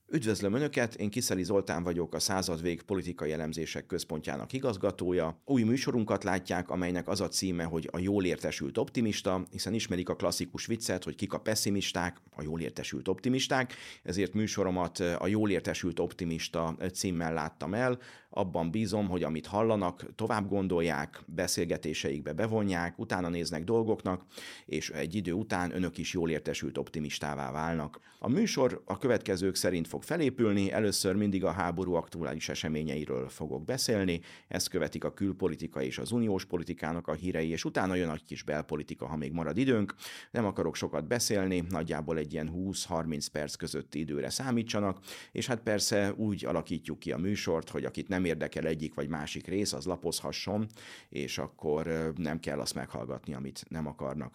Üdvözlöm Önöket, én Kiszeli Zoltán vagyok, a Századvég Politikai Elemzések Központjának igazgatója. Új műsorunkat látják, amelynek az a címe, hogy a jól értesült optimista, hiszen ismerik a klasszikus viccet, hogy kik a pessimisták, a jól értesült optimisták, ezért műsoromat a jól értesült optimista címmel láttam el. Abban bízom, hogy amit hallanak, tovább gondolják, beszélgetéseikbe bevonják, utána néznek dolgoknak, és egy idő után Önök is jól értesült optimistává válnak. A műsor a következők szerint fog felépülni, először mindig a háború aktuális eseményeiről fogok beszélni, ezt követik a külpolitika és az uniós politikának a hírei, és utána jön egy kis belpolitika, ha még marad időnk. Nem akarok sokat beszélni, nagyjából egy ilyen 20-30 perc közötti időre számítsanak, és hát persze úgy alakítjuk ki a műsort, hogy akit nem érdekel egyik vagy másik rész, az lapozhasson, és akkor nem kell azt meghallgatni, amit nem akarnak.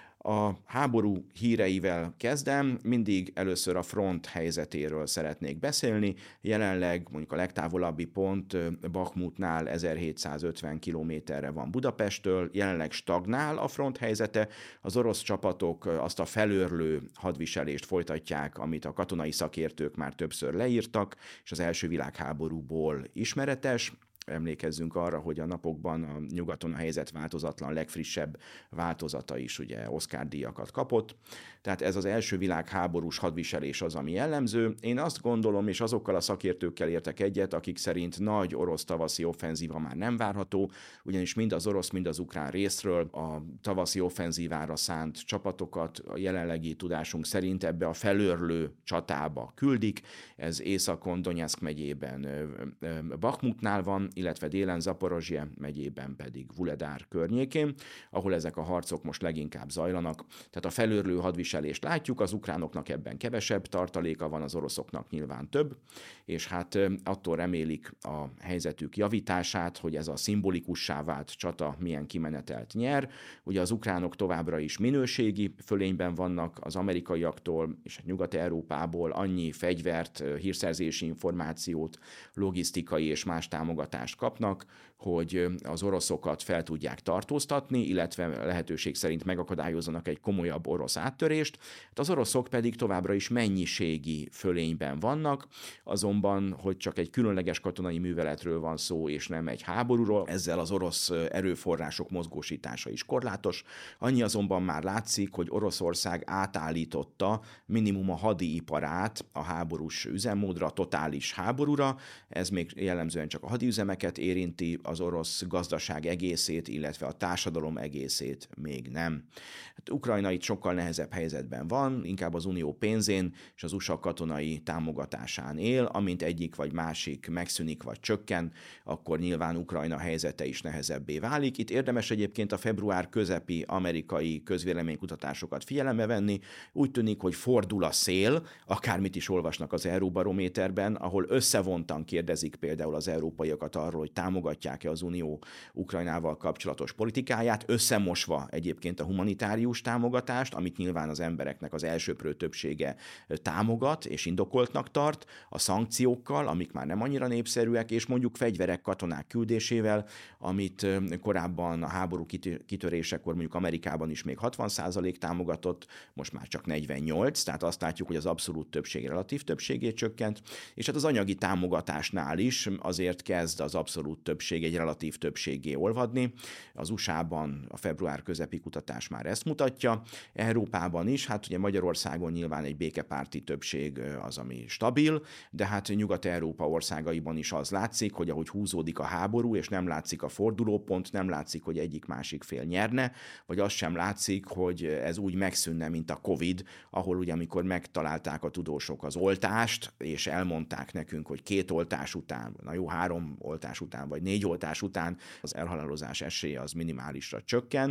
A háború híreivel kezdem, mindig először a front helyzetéről szeretnék beszélni. Jelenleg mondjuk a legtávolabbi pont Bakhmutnál 1750 kilométerre van Budapesttől, jelenleg stagnál a front helyzete, az orosz csapatok azt a felőrlő hadviselést folytatják, amit a katonai szakértők már többször leírtak, és az első világháborúból ismeretes. Emlékezzünk arra, hogy a napokban a nyugaton a helyzet változatlan, legfrissebb változata is ugye Oscar-díjakat kapott. Tehát ez az első világháborús hadviselés az, ami jellemző. Én azt gondolom, és azokkal a szakértőkkel értek egyet, akik szerint nagy orosz tavaszi offenzíva már nem várható, ugyanis mind az orosz, mind az ukrán részről a tavaszi offenzívára szánt csapatokat a jelenlegi tudásunk szerint ebbe a felőrlő csatába küldik. Ez északon, Donyeck megyében Bakhmutnál van, illetve délen Zaporozhye megyében pedig Vuhledar környékén, ahol ezek a harcok most leginkább zajlanak. Tehát a felőrlő hadviselést látjuk, az ukránoknak ebben kevesebb tartaléka van, az oroszoknak nyilván több, és hát attól remélik a helyzetük javítását, hogy ez a szimbolikussá vált csata milyen kimenetelt nyer. Ugye az ukránok továbbra is minőségi fölényben vannak, az amerikaiaktól és a Nyugat-Európából annyi fegyvert, hírszerzési információt, logisztikai és más támogatást kapnak, hogy az oroszokat fel tudják tartóztatni, illetve lehetőség szerint megakadályozzanak egy komolyabb orosz áttörést. Az oroszok pedig továbbra is mennyiségi fölényben vannak, azonban, hogy csak egy különleges katonai műveletről van szó, és nem egy háborúról, ezzel az orosz erőforrások mozgósítása is korlátos. Annyi azonban már látszik, hogy Oroszország átállította minimum a hadiiparát a háborús üzemmódra, a totális háborúra. Ez még jellemzően csak a hadiüzemeket érinti, az orosz gazdaság egészét, illetve a társadalom egészét még nem. Hát Ukrajna itt sokkal nehezebb helyzetben van, inkább az unió pénzén és az USA katonai támogatásán él, amint egyik vagy másik megszűnik vagy csökken, akkor nyilván Ukrajna helyzete is nehezebbé válik. Itt érdemes egyébként a február közepi amerikai közvéleménykutatásokat figyelembe venni. Úgy tűnik, hogy fordul a szél, akármit is olvasnak az Euróbarométerben, ahol összevontan kérdezik például az európaiakat arról, hogy támogatják-e az Unió Ukrajnával kapcsolatos politikáját, összemosva egyébként a humanitárius támogatást, amit nyilván az embereknek az elsöprő többsége támogat és indokoltnak tart, a szankciókkal, amik már nem annyira népszerűek, és mondjuk fegyverek, katonák küldésével, amit korábban a háború kitörésekor mondjuk Amerikában is még 60% támogatott, most már csak 48%, tehát azt látjuk, hogy az abszolút többség relatív többségét csökkent, és hát az anyagi támogatásnál is azért kezd az abszolút többség egy relatív többségé olvadni. Az USA-ban a február közepi kutatás már ezt mutatja, Európában is, hát ugye Magyarországon nyilván egy békepárti többség az, ami stabil, de hát Nyugat-Európa országaiban is az látszik, hogy ahogy húzódik a háború, és nem látszik a fordulópont, nem látszik, hogy egyik-másik fél nyerne, vagy az sem látszik, hogy ez úgy megszűnne, mint a Covid, ahol ugye amikor megtalálták a tudósok az oltást, és elmondták nekünk, hogy 2 oltás után, na jó, 3 oltás után, vagy 4 oltás után az elhalálozás esélye az minimálisra csökken,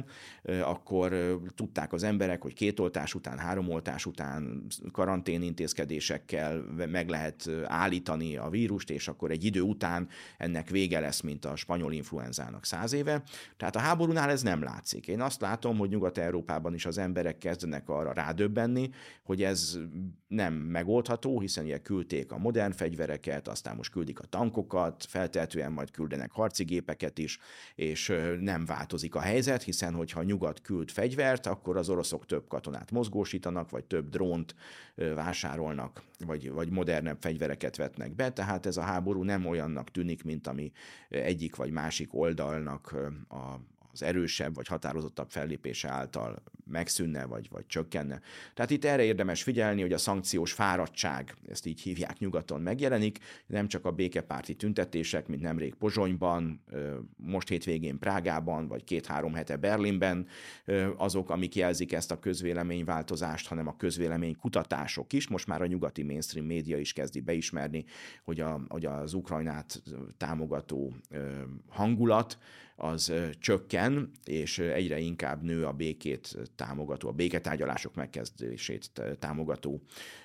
akkor tudták az emberek, hogy 2 oltás után, 3 oltás után karantén intézkedésekkel meg lehet állítani a vírust, és akkor egy idő után ennek vége lesz, mint a spanyol influenzának 100 éve. Tehát a háborúnál ez nem látszik. Én azt látom, hogy Nyugat-Európában is az emberek kezdenek arra rádöbbenni, hogy ez nem megoldható, hiszen ugye küldték a modern fegyvereket, aztán most küldik a tankokat, feltehetően feltehetően majd küldenek harci gépeket is, és nem változik a helyzet, hiszen hogyha a nyugat küld fegyvert, akkor az oroszok több katonát mozgósítanak, vagy több drónt vásárolnak, vagy modernebb fegyvereket vetnek be, tehát ez a háború nem olyannak tűnik, mint ami egyik vagy másik oldalnak az erősebb vagy határozottabb fellépése által megszűnne, vagy csökkenne. Tehát itt erre érdemes figyelni, hogy a szankciós fáradtság, ezt így hívják nyugaton, megjelenik, nem csak a békepárti tüntetések, mint nemrég Pozsonyban, most hétvégén Prágában, vagy 2-3 hete Berlinben, azok, amik jelzik ezt a közvéleményváltozást, hanem a közvéleménykutatások is. Most már a nyugati mainstream média is kezdi beismerni, hogy az Ukrajnát támogató hangulat az csökken, és egyre inkább nő a békét támogató, a béketárgyalások megkezdését támogató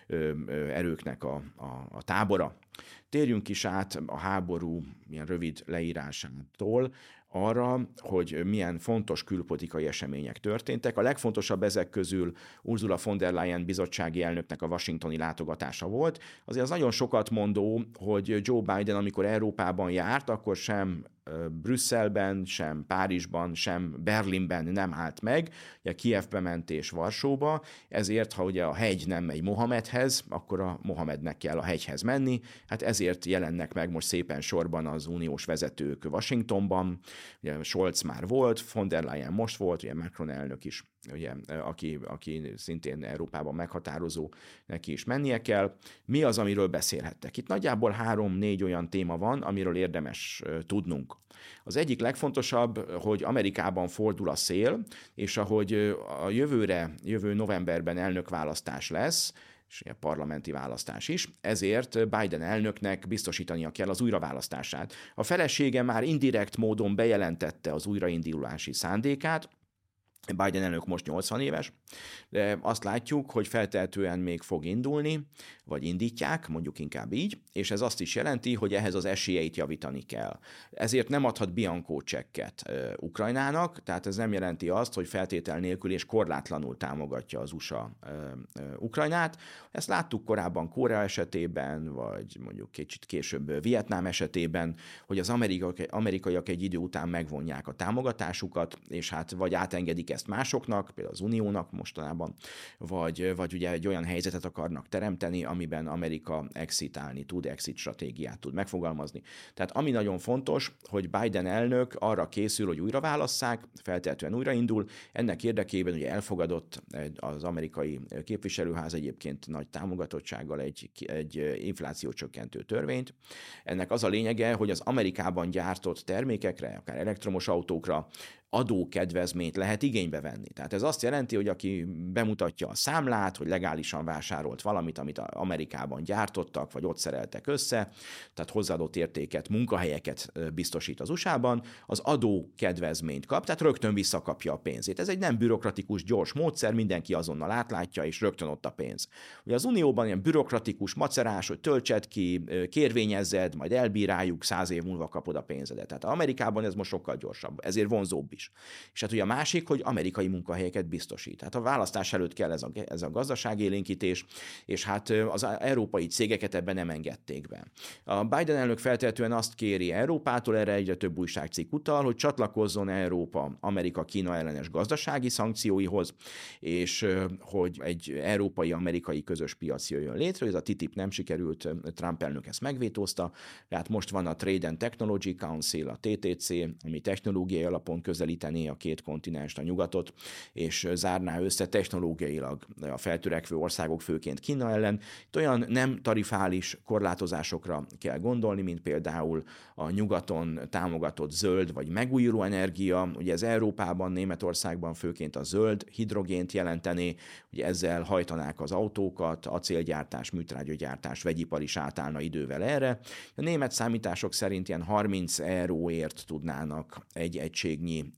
erőknek a tábora. Térjünk is át a háború ilyen rövid leírásától arra, hogy milyen fontos külpolitikai események történtek. A legfontosabb ezek közül Ursula von der Leyen bizottsági elnöknek a washingtoni látogatása volt. Azért az nagyon sokat mondó, hogy Joe Biden, amikor Európában járt, akkor sem Brüsszelben, sem Párizsban, sem Berlinben nem állt meg, ugye Kijevbe ment és Varsóba, ezért, ha ugye a hegy nem megy Mohamedhez, akkor a Mohamednek kell a hegyhez menni, hát ezért jelennek meg most szépen sorban az uniós vezetők Washingtonban, ugye Scholz már volt, von der Leyen most volt, ugye Macron elnök is, ugye, aki szintén Európában meghatározó, neki is mennie kell. Mi az, amiről beszélhettek? Itt nagyjából 3-4 olyan téma van, amiről érdemes tudnunk. Az egyik legfontosabb, hogy Amerikában fordul a szél, és ahogy a jövő novemberben elnökválasztás lesz, és a parlamenti választás is, ezért Biden elnöknek biztosítania kell az újraválasztását. A felesége már indirekt módon bejelentette az újraindulási szándékát, Biden elnök most 80 éves, de azt látjuk, hogy feltehetően még fog indulni, vagy indítják, mondjuk inkább így, és ez azt is jelenti, hogy ehhez az esélyeit javítani kell. Ezért nem adhat bianco csekket Ukrajnának, tehát ez nem jelenti azt, hogy feltétel nélkül és korlátlanul támogatja az USA Ukrajnát. Ezt láttuk korábban Korea esetében, vagy mondjuk kicsit később Vietnám esetében, hogy az amerikaiak egy idő után megvonják a támogatásukat, és hát vagy átengedik ezt másoknak, például az Uniónak mostanában, vagy ugye egy olyan helyzetet akarnak teremteni, amiben Amerika exit stratégiát tud megfogalmazni. Tehát ami nagyon fontos, hogy Biden elnök arra készül, hogy újra válasszák, feltehetően újraindul, ennek érdekében ugye elfogadott az amerikai képviselőház egyébként nagy támogatottsággal egy inflációcsökkentő törvényt. Ennek az a lényege, hogy az Amerikában gyártott termékekre, akár elektromos autókra adókedvezményt lehet igénybe venni. Tehát ez azt jelenti, hogy aki bemutatja a számlát, hogy legálisan vásárolt valamit, amit Amerikában gyártottak, vagy ott szereltek össze, tehát hozzáadott értéket, munkahelyeket biztosít az USA-ban, az adókedvezményt kap, tehát rögtön visszakapja a pénzét. Ez egy nem bürokratikus, gyors módszer, mindenki azonnal átlátja, és rögtön ott a pénz. Ugye az Unióban ilyen bürokratikus, macerás, hogy töltsed ki, kérvényezzed, majd elbíráljuk, 100 év múlva kapod a pénzedet. Tehát Amerikában ez most sokkal gyorsabb, ezért vonzóbb is. És hát ugye a másik, hogy amerikai munkahelyeket biztosít. Tehát a választás előtt kell ez a gazdaságélénkítés, és hát az európai cégeket ebben nem engedték be. A Biden elnök feltehetően azt kéri Európától, erre egyre több újságcikk utal, hogy csatlakozzon Európa Amerika-Kína ellenes gazdasági szankcióihoz, és hogy egy európai-amerikai közös piac jöjjön létre. Ez a TTIP nem sikerült, Trump elnök ezt megvétózta, tehát most van a Trade and Technology Council, a TTC, ami technológiai alapon közelítené a két kontinenst, a nyugatot, és zárná össze technológiailag a feltörekvő országok, főként Kína ellen. Itt olyan nem tarifális korlátozásokra kell gondolni, mint például a nyugaton támogatott zöld vagy megújuló energia. Ugye ez Európában, Németországban főként a zöld hidrogént jelenteni, ugye ezzel hajtanák az autókat, acélgyártás, műtrágyagyártás, vegyipar is átállna idővel erre. A német számítások szerint ilyen 30 euróért tudnának egy egységnyi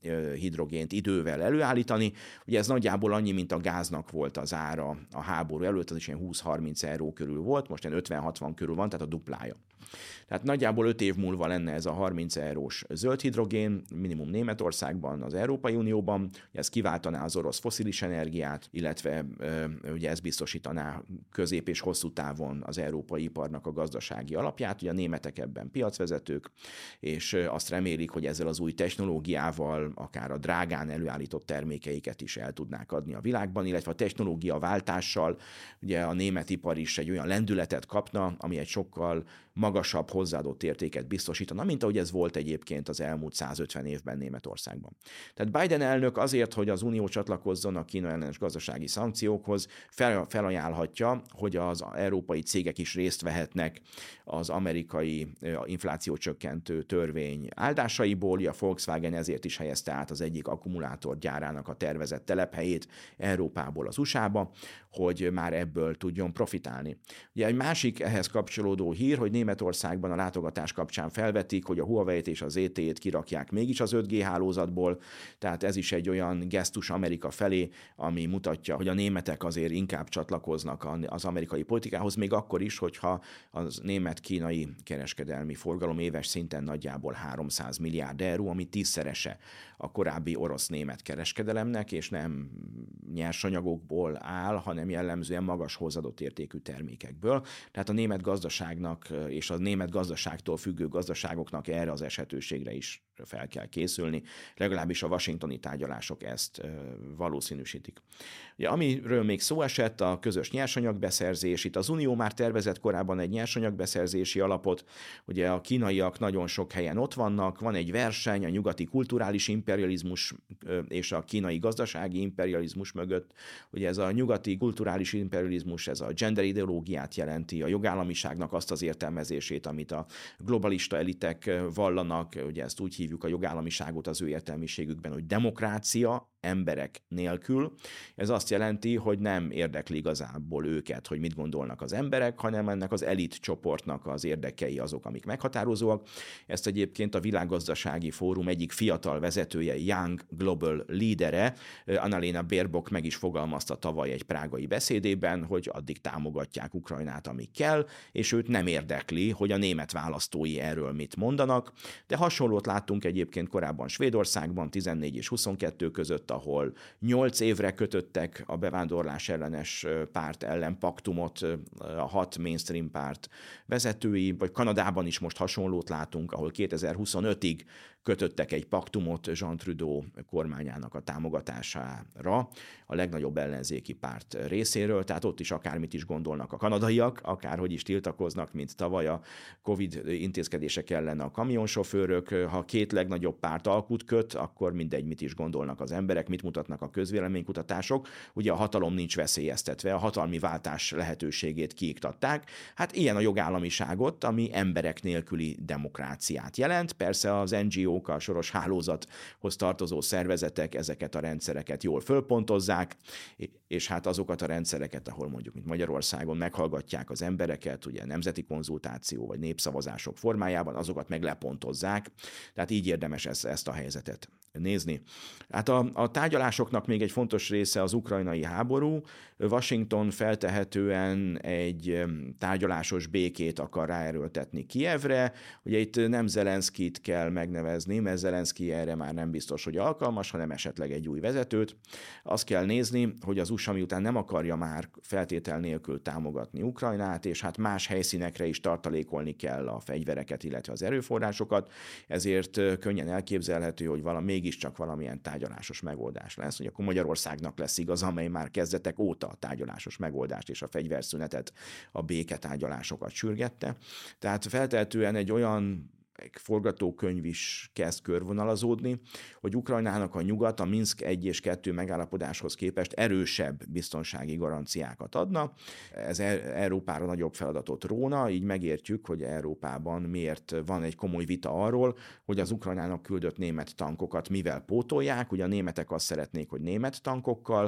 hidrogént idővel előállítani. Ugye ez nagyjából annyi, mint a gáznak volt az ára a háború előtt, az is ilyen 20-30 euró körül volt, most ilyen 50-60 körül van, tehát a duplája. Tehát nagyjából 5 év múlva lenne ez a 30 eurós zöld hidrogén, minimum Németországban, az Európai Unióban, ez kiváltaná az orosz fosszilis energiát, illetve ugye ez biztosítaná közép és hosszú távon az európai iparnak a gazdasági alapját, ugye a németek ebben piacvezetők, és azt remélik, hogy ezzel az új technológiával akár a drágán előállított termékeiket is el tudnák adni a világban, illetve a technológia váltással ugye a német ipar is egy olyan lendületet kapna, ami egy sokkal magasabb hozzáadott értéket biztosítana, mint ahogy ez volt egyébként az elmúlt 150 évben Németországban. Tehát Biden elnök azért, hogy az Unió csatlakozzon a Kína ellenes gazdasági szankciókhoz, felajánlhatja, hogy az európai cégek is részt vehetnek az amerikai inflációcsökkentő törvény áldásaiból. A Volkswagen ezért is helyezte át az egyik akkumulátorgyárának a tervezett telephelyét Európából az USA-ba, hogy már ebből tudjon profitálni. Ugye egy másik ehhez kapcsolódó hír, hogy Németországban a látogatás kapcsán felvetik, hogy a Huawei-t és az ZTE-t kirakják mégis az 5G hálózatból, tehát ez is egy olyan gesztus Amerika felé, ami mutatja, hogy a németek azért inkább csatlakoznak az amerikai politikához, még akkor is, hogyha az német-kínai kereskedelmi forgalom éves szinten nagyjából 300 milliárd euró, ami 10-szerese a korábbi orosz-német kereskedelemnek, és nem nyersanyagokból áll, hanem jellemzően magas hozzáadott értékű termékekből. Tehát a német gazdaságnak és a német gazdaságtól függő gazdaságoknak erre az esetőségre is fel kell készülni, legalábbis a washingtoni tárgyalások ezt valószínűsítik. Ugye, amiről még szó esett, a közös nyersanyagbeszerzés. Itt az Unió már tervezett korábban egy nyersanyagbeszerzési alapot, ugye a kínaiak nagyon sok helyen ott vannak, van egy verseny a nyugati kulturális imperializmus és a kínai gazdasági imperializmus mögött. Ugye ez a nyugati kulturális imperializmus, ez a gender ideológiát jelenti, a jogállamiságnak azt az értelmezését, amit a globalista elitek vallanak, ugye ezt úgy hívjuk a jogállamiságot az ő értelmiségükben, hogy demokrácia emberek nélkül. Ez azt jelenti, hogy nem érdekli igazából őket, hogy mit gondolnak az emberek, hanem ennek az elit csoportnak az érdekei azok, amik meghatározóak. Ezt egyébként a Világgazdasági Fórum egyik fiatal vezetője, Young Global lídere, Annalena Baerbock meg is fogalmazta tavaly egy prágai beszédében, hogy addig támogatják Ukrajnát, amíg kell, és őt nem érdekli, hogy a német választói erről mit mondanak, de hasonlót láttunk egyébként korábban Svédországban 14 és 22 között, ahol 8 évre kötöttek a bevándorlás ellenes párt ellen paktumot a 6 mainstream párt vezetői, vagy Kanadában is most hasonlót látunk, ahol 2025-ig kötöttek egy paktumot Jean Trudeau kormányának a támogatására a legnagyobb ellenzéki párt részéről, tehát ott is akármit is gondolnak a kanadaiak, akárhogy is tiltakoznak, mint tavaly a Covid intézkedések ellen a kamionsofőrök. Ha két legnagyobb párt alkut köt, akkor mindegy, mit is gondolnak az emberek, mit mutatnak a közvéleménykutatások. Ugye a hatalom nincs veszélyeztetve, a hatalmi váltás lehetőségét kiiktatták. Hát ilyen a jogállamiságot, ami emberek nélküli demokráciát jelent. Persze az NGO-k, a soros hálózathoz tartozó szervezetek ezeket a rendszereket jól fölpontozzák, és hát azokat a rendszereket, ahol mondjuk, mint Magyarországon meghallgatják az embereket, ugye nemzeti konzultáció vagy népszavazások formájában, azokat meg lepontozzák. Tehát így érdemes ezt a helyzetet nézni. Hát a tárgyalásoknak még egy fontos része az ukrajnai háború. Washington feltehetően egy tárgyalásos békét akar ráerőltetni Kijevre. Ugye itt nem Zelenszkit kell megnevezni, mert Zelenszky erre már nem biztos, hogy alkalmas, hanem esetleg egy új vezetőt. Azt kell nézni, hogy az USA miután nem akarja már feltétel nélkül támogatni Ukrajnát, és hát más helyszínekre is tartalékolni kell a fegyvereket, illetve az erőforrásokat, ezért könnyen elképzelhető, hogy mégiscsak valamilyen tárgyalásos megoldás lesz, hogy akkor Magyarországnak lesz igaz, amely már kezdetek óta a tárgyalásos megoldást és a fegyverszünetet, a béketárgyalásokat sürgette. Tehát feltehetően egy olyan forgatókönyv is kezd körvonalazódni, hogy Ukrajnának a nyugat a Minszk 1 és 2 megállapodáshoz képest erősebb biztonsági garanciákat adna. Ez Európára nagyobb feladatot róna, így megértjük, hogy Európában miért van egy komoly vita arról, hogy az Ukrajnának küldött német tankokat mivel pótolják. Ugye a németek azt szeretnék, hogy német tankokkal,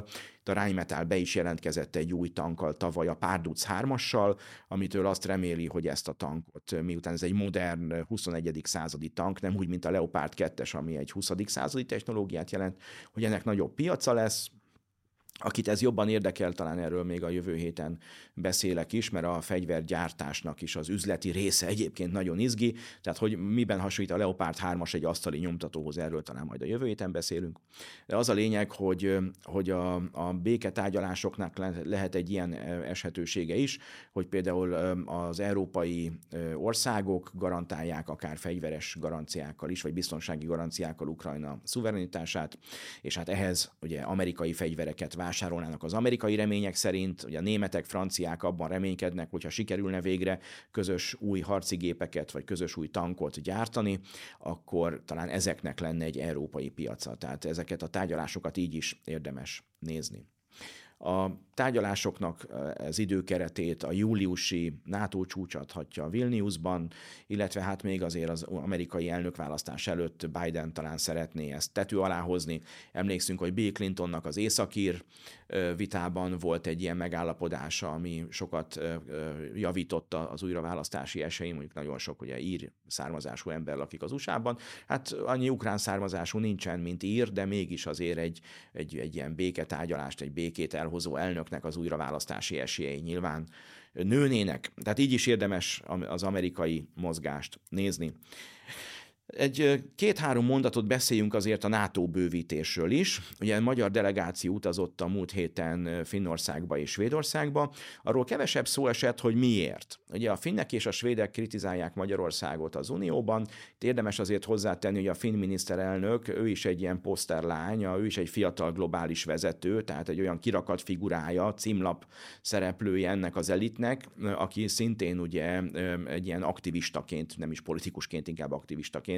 A Rheinmetall be is jelentkezett egy új tankkal tavaly, a Parduz 3-assal, amitől azt reméli, hogy ezt a tankot, miután ez egy modern 21. századi tank, nem úgy, mint a Leopard 2-es, ami egy 20. századi technológiát jelent, hogy ennek nagyobb piaca lesz. Akit ez jobban érdekel, talán erről még a jövő héten beszélek is, mert a fegyvergyártásnak is az üzleti része egyébként nagyon izgi, tehát hogy miben hasonlít a Leopard 3-as egy asztali nyomtatóhoz, erről talán majd a jövő héten beszélünk. De az a lényeg, hogy a béketárgyalásoknak lehet egy ilyen eshetősége is, hogy például az európai országok garantálják akár fegyveres garanciákkal is, vagy biztonsági garanciákkal Ukrajna szuverenitását, és hát ehhez ugye amerikai fegyvereket vásárolnának az amerikai remények szerint, ugye a németek, franciák abban reménykednek, hogyha sikerülne végre közös új harci gépeket, vagy közös új tankot gyártani, akkor talán ezeknek lenne egy európai piaca. Tehát ezeket a tárgyalásokat így is érdemes nézni. A tárgyalásoknak az időkeretét a júliusi NATO csúcs adhatja Vilniusban, illetve hát még azért az amerikai elnökválasztás előtt Biden talán szeretné ezt tető alá hozni. Emlékszünk, hogy Bill Clintonnak az északír vitában volt egy ilyen megállapodása, ami sokat javította az újraválasztási esélyén, mondjuk nagyon sok ugye ír származású ember lakik az USA-ban. Hát annyi ukrán származású nincsen, mint ír, de mégis azért egy ilyen béketárgyalást, egy békét elhozó elnöknek az újraválasztási esélyei nyilván nőnének. Tehát így is érdemes az amerikai mozgást nézni. Egy 2-3 mondatot beszéljünk azért a NATO bővítésről is. Ugye a magyar delegáció utazott a múlt héten Finnországba és Svédországba. Arról kevesebb szó esett, hogy miért. Ugye a finnek és a svédek kritizálják Magyarországot az Unióban. Itt érdemes azért hozzátenni, hogy a finn miniszterelnök, ő is egy ilyen poszterlánya, ő is egy fiatal globális vezető, tehát egy olyan kirakat figurája, címlap szereplője ennek az elitnek, aki szintén ugye egy ilyen aktivistaként, nem is politikusként, inkább aktivistaként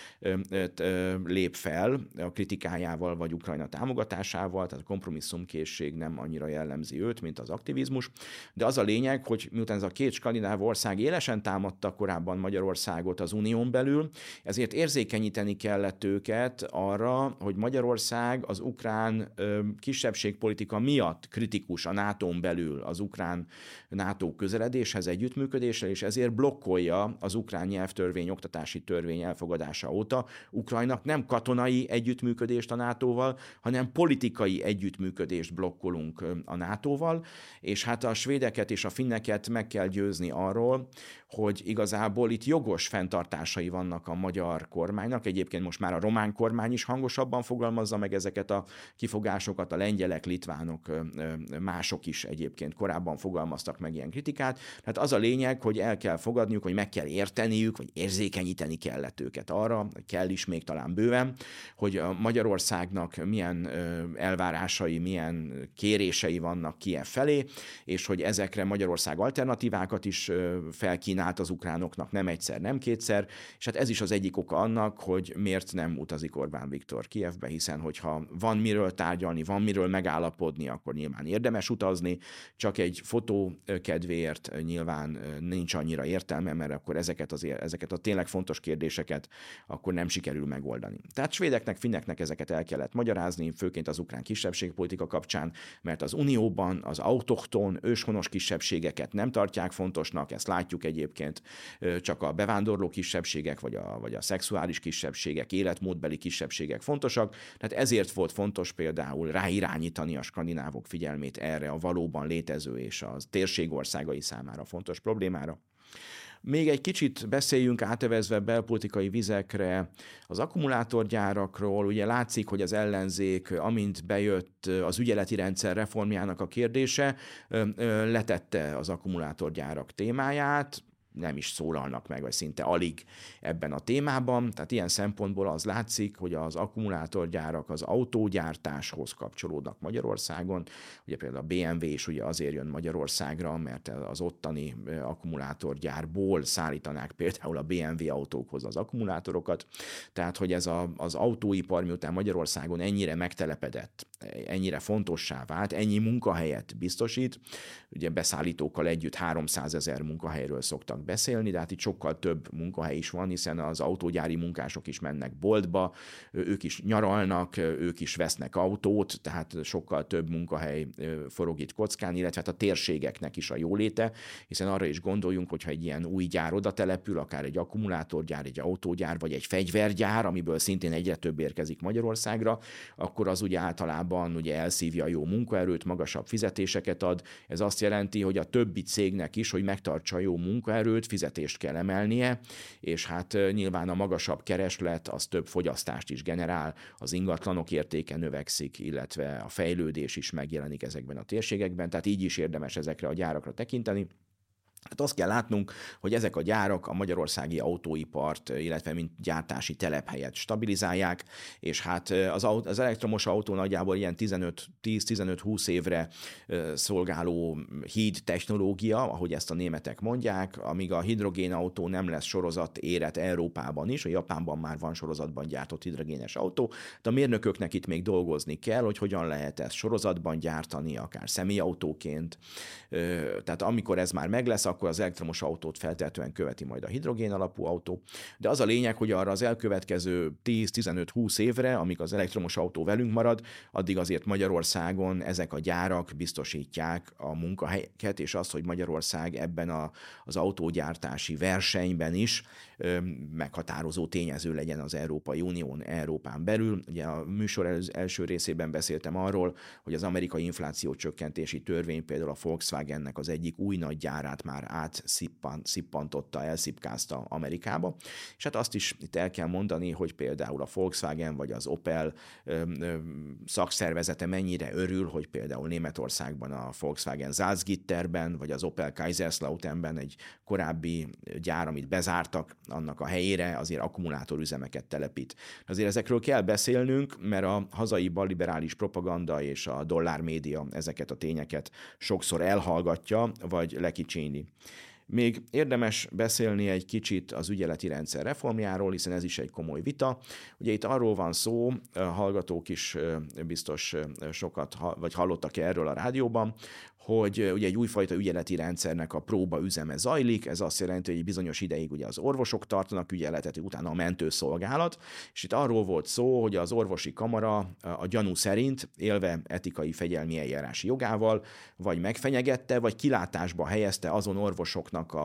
lép fel a kritikájával vagy Ukrajna támogatásával, tehát a kompromisszumkészség nem annyira jellemzi őt, mint az aktivizmus, de az a lényeg, hogy miután ez a két skandináv ország élesen támadta korábban Magyarországot az unión belül, ezért érzékenyíteni kellett őket arra, hogy Magyarország az ukrán kisebbségpolitika miatt kritikus a NATO-n belül az ukrán NATO közeledéshez, együttműködésre, és ezért blokkolja az ukrán nyelvtörvény, oktatási törvény elfogadása óta Ukrajnának nem katonai együttműködést a NATO-val, hanem politikai együttműködést blokkolunk a NATO-val, és hát a svédeket és a finneket meg kell győzni arról, hogy igazából itt jogos fenntartásai vannak a magyar kormánynak. Egyébként most már a román kormány is hangosabban fogalmazza meg ezeket a kifogásokat, a lengyelek, litvánok, mások is egyébként korábban fogalmaztak meg ilyen kritikát. Tehát az a lényeg, hogy el kell fogadniuk, hogy meg kell érteniük, vagy érzékenyíteni kellett őket arra, kell is még talán bőven, hogy a Magyarországnak milyen elvárásai, milyen kérései vannak Kijev felé, és hogy ezekre Magyarország alternatívákat is felkínált az ukránoknak nem egyszer, nem kétszer, és hát ez is az egyik oka annak, hogy miért nem utazik Orbán Viktor Kijevbe, hiszen hogyha van miről tárgyalni, van miről megállapodni, akkor nyilván érdemes utazni, csak egy fotó kedvéért nyilván nincs annyira értelme, mert akkor ezeket a tényleg fontos kérdéseket akkor nem sikerül megoldani. Tehát svédeknek, finneknek ezeket el kellett magyarázni, főként az ukrán kisebbségpolitika kapcsán, mert az Unióban az autochton, őshonos kisebbségeket nem tartják fontosnak, ezt látjuk egyébként, csak a bevándorló kisebbségek, vagy a szexuális kisebbségek, életmódbeli kisebbségek fontosak, tehát ezért volt fontos például ráirányítani a skandinávok figyelmét erre a valóban létező és a térség országai számára fontos problémára. Még egy kicsit beszéljünk átevezve belpolitikai vizekre az akkumulátorgyárakról. Ugye látszik, hogy az ellenzék, amint bejött az ügyeleti rendszer reformjának a kérdése, letette az akkumulátorgyárak témáját, nem is szólalnak meg, vagy szinte alig ebben a témában. Tehát ilyen szempontból az látszik, hogy az akkumulátorgyárak az autógyártáshoz kapcsolódnak Magyarországon. Ugye például a BMW is ugye azért jön Magyarországra, mert az ottani akkumulátorgyárból szállítanák például a BMW autókhoz az akkumulátorokat. Tehát, hogy ez az autóipar, miután Magyarországon ennyire megtelepedett, ennyire fontossá vált, ennyi munkahelyet biztosít. Ugye beszállítókkal együtt 300 000 munkahelyről szoktak beszélni, de hát itt sokkal több munkahely is van, hiszen az autógyári munkások is mennek boltba, ők is nyaralnak, ők is vesznek autót, tehát sokkal több munkahely forog itt kockán, illetve hát a térségeknek is a jóléte, hiszen arra is gondoljunk, hogyha egy ilyen új gyár oda települ, akár egy akkumulátorgyár, egy autógyár, vagy egy fegyvergyár, amiből szintén egyre több érkezik Magyarországra, akkor az ugye általában ugye elszívja a jó munkaerőt, magasabb fizetéseket ad. Ez azt jelenti, hogy a többi cégnek is, hogy megtartsa a jó munkaerőt, fizetést kell emelnie, és hát nyilván a magasabb kereslet az több fogyasztást is generál, az ingatlanok értéke növekszik, illetve a fejlődés is megjelenik ezekben a térségekben, tehát így is érdemes ezekre a gyárakra tekinteni. Hát azt kell látnunk, hogy ezek a gyárak a magyarországi autóipart, illetve mint gyártási telephelyet stabilizálják, és hát az elektromos autó nagyjából ilyen 10-15-20 évre szolgáló híd technológia, ahogy ezt a németek mondják, amíg a hidrogénautó nem lesz sorozat érett Európában is, a Japánban már van sorozatban gyártott hidrogénes autó, de a mérnököknek itt még dolgozni kell, hogy hogyan lehet ezt sorozatban gyártani, akár személyautóként. Tehát amikor ez már meg lesz, akkor az elektromos autót feltétlenül követi majd a hidrogén alapú autó. De az a lényeg, hogy arra az elkövetkező 10-15-20 évre, amíg az elektromos autó velünk marad, addig azért Magyarországon ezek a gyárak biztosítják a munkahelyeket, és azt, hogy Magyarország ebben az autógyártási versenyben is meghatározó tényező legyen az Európai Unión, Európán belül. Ugye a műsor első részében beszéltem arról, hogy az amerikai infláció csökkentési törvény például a Volkswagennek az egyik új nagy gyárát már átszippantotta, elszipkázta Amerikába. És hát azt is itt el kell mondani, hogy például a Volkswagen vagy az Opel szakszervezete mennyire örül, hogy például Németországban a Volkswagen Salzgitterben, vagy az Opel Kaiserslauterben egy korábbi gyár, amit bezártak, annak a helyére azért akkumulátorüzemeket telepít. Azért ezekről kell beszélnünk, mert a hazai balliberális propaganda és a dollármédia ezeket a tényeket sokszor elhallgatja, vagy lekicséni. Még érdemes beszélni egy kicsit az ügyeleti rendszer reformjáról, hiszen ez is egy komoly vita. Ugye itt arról van szó, hallgatók is biztos sokat vagy hallottak erről a rádióban, hogy ugye egy újfajta ügyeleti rendszernek a próbaüzeme zajlik, ez azt jelenti, hogy egy bizonyos ideig ugye az orvosok tartanak ügyeletet, utána a mentőszolgálat, és itt arról volt szó, hogy az orvosi kamara a gyanú szerint élve etikai fegyelmi eljárási jogával, vagy megfenyegette, vagy kilátásba helyezte azon orvosoknak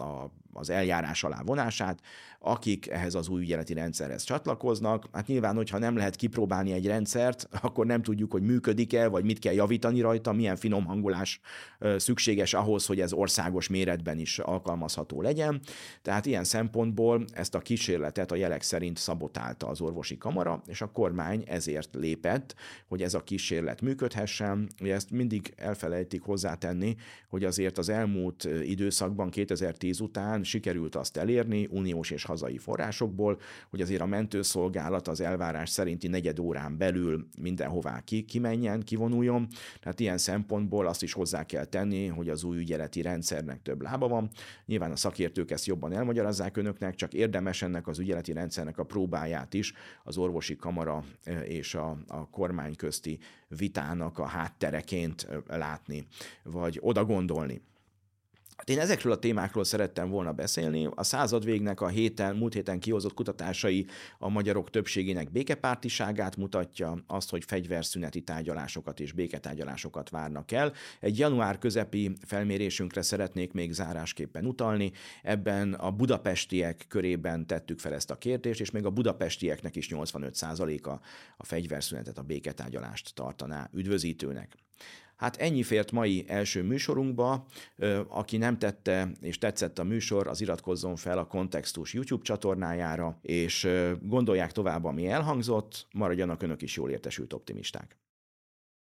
az eljárás alá vonását, akik ehhez az új ügyeleti rendszerhez csatlakoznak. Hát nyilván, hogyha nem lehet kipróbálni egy rendszert, akkor nem tudjuk, hogy működik-e, vagy mit kell javítani rajta, milyen finom hangolás szükséges ahhoz, hogy ez országos méretben is alkalmazható legyen. Tehát ilyen szempontból ezt a kísérletet a jelek szerint szabotálta az orvosi kamara, és a kormány ezért lépett, hogy ez a kísérlet működhessen. Ugye ezt mindig elfelejtik hozzátenni, hogy azért az elmúlt időszakban, 2010 után sikerült azt elérni, uniós és hazai forrásokból, hogy azért a mentőszolgálat az elvárás szerinti negyed órán belül mindenhová kimenjen, kivonuljon. Tehát ilyen szempontból azt is hozzá kell tenni, hogy az új ügyeleti rendszernek több lába van. Nyilván a szakértők ezt jobban elmagyarázzák önöknek, csak érdemes ennek az ügyeleti rendszernek a próbáját is az orvosi kamara és a kormány közti vitának a háttereként látni, vagy oda gondolni. Hát én ezekről a témákról szerettem volna beszélni. A századvégnek múlt héten kihozott kutatásai a magyarok többségének békepártiságát mutatja, azt, hogy fegyverszüneti tárgyalásokat és béketárgyalásokat várnak el. Egy január közepi felmérésünkre szeretnék még zárásképpen utalni. Ebben a budapestiek körében tettük fel ezt a kérdést, és még a budapestieknek is 85%-a a fegyverszünetet, a béketárgyalást tartaná üdvözítőnek. Hát ennyi fért mai első műsorunkba. Aki nem tette és tetszett a műsor, az iratkozzon fel a Kontextus YouTube csatornájára, és gondolják tovább, ami elhangzott, maradjanak önök is jól értesült optimisták.